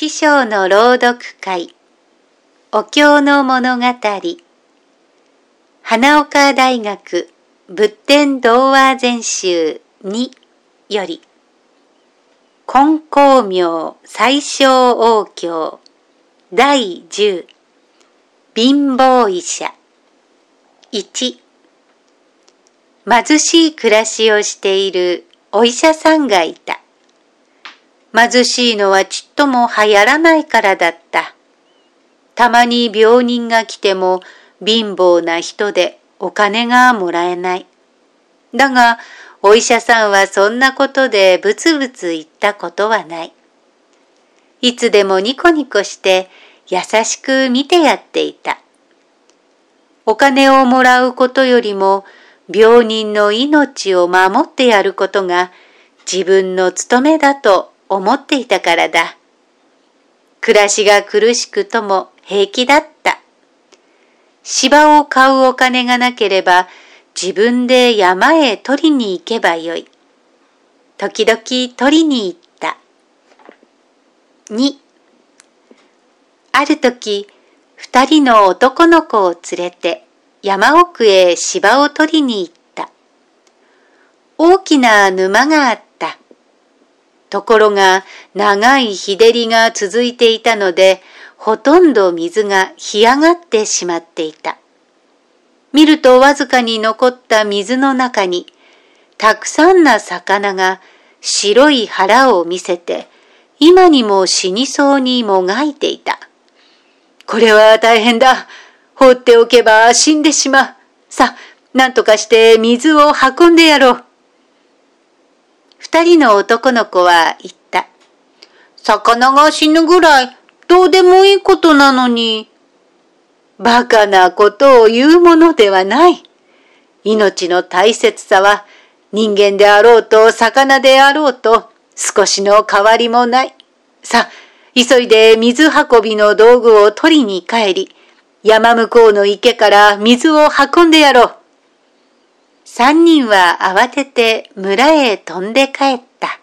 七章の朗読会、お経の物語、花岡大学仏典童話全集2より、金光明最小王経第10、貧乏医者。1、貧しい暮らしをしているお医者さんがいた。貧しいのはちっとも流行らないからだった。たまに病人が来ても貧乏な人でお金がもらえない。だがお医者さんはそんなことでブツブツ言ったことはない。いつでもニコニコして優しく見てやっていた。お金をもらうことよりも病人の命を守ってやることが自分の務めだと思っていたからだ。暮らしが苦しくとも平気だった。芝を買うお金がなければ自分で山へ取りに行けばよい。時々取りに行った。2、ある時、2人の男の子を連れて山奥へ芝を取りに行った。大きな沼があった。ところが長い日照りが続いていたので、ほとんど水が干上がってしまっていた。見るとわずかに残った水の中に、たくさんな魚が白い腹を見せて、今にも死にそうにもがいていた。これは大変だ。放っておけば死んでしまう。さあ、なんとかして水を運んでやろう。2人の男の子は言った。魚が死ぬぐらいどうでもいいことなのに。バカなことを言うものではない。命の大切さは人間であろうと魚であろうと少しの変わりもない。さあ、急いで水運びの道具を取りに帰り、山向こうの池から水を運んでやろう。3人は慌てて村へ飛んで帰った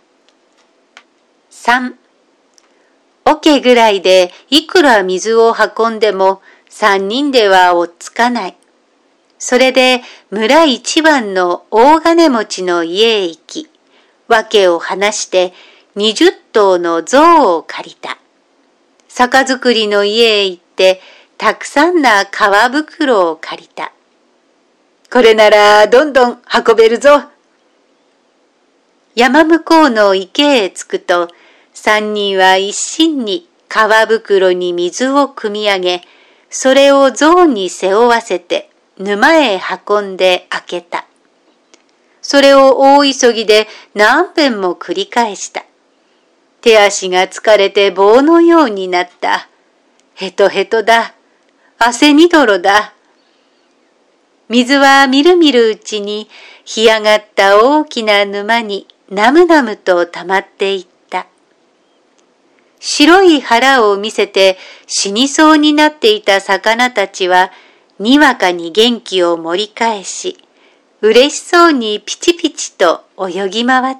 。3、桶ぐらいでいくら水を運んでも3人では追っつかない。それで村一番の大金持ちの家へ行き、訳を話して20頭の象を借りた。酒造りの家へ行ってたくさんな革袋を借りた。これならどんどん運べるぞ。山向こうの池へ着くと、3人は一心に革袋に水を汲み上げ、それを象に背負わせて沼へ運んで開けた。それを大急ぎで何遍も繰り返した。手足が疲れて棒のようになった。ヘトヘトだ。汗みどろだ。水はみるみるうちに干上がった大きな沼になむなむと溜まっていった。白い腹を見せて死にそうになっていた魚たちはにわかに元気を盛り返し、嬉しそうにピチピチと泳ぎ回った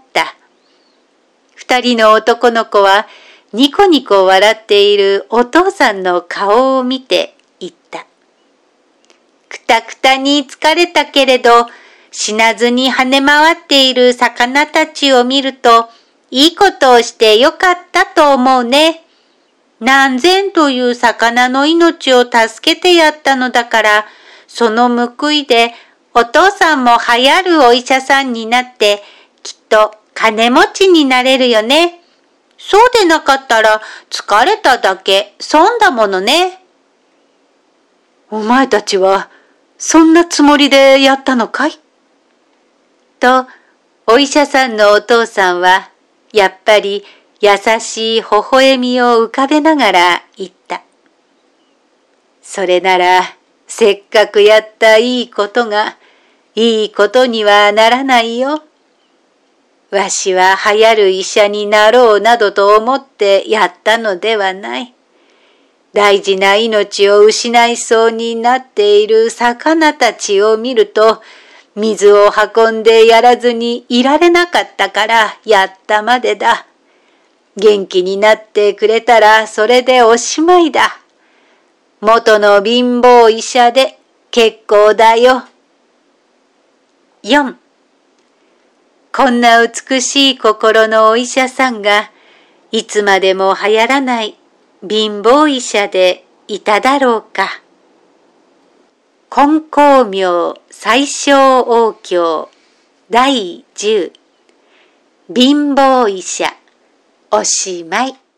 。2人の男の子はニコニコ笑っているお父さんの顔を見て言った。くたくたに疲れたけれど、死なずに跳ね回っている魚たちを見ると、いいことをしてよかったと思うね。何千という魚の命を助けてやったのだから、その報いでお父さんも流行るお医者さんになって、きっと金持ちになれるよね。そうでなかったら疲れただけ損だものね。お前たちはそんなつもりでやったのかい？と、お医者さんのお父さんは、やっぱり優しい微笑みを浮かべながら言った。それなら、せっかくやったいいことが、いいことにはならないよ。わしは流行る医者になろうなどと思ってやったのではない。大事な命を失いそうになっている魚たちを見ると、水を運んでやらずにいられなかったからやったまでだ。 元気になってくれたらそれでおしまいだ。元の貧乏医者で結構だよ。4. こんな美しい心のお医者さんがいつまでも流行らない貧乏医者でいただろうか。金光明最小王経第10貧乏医者おしまい。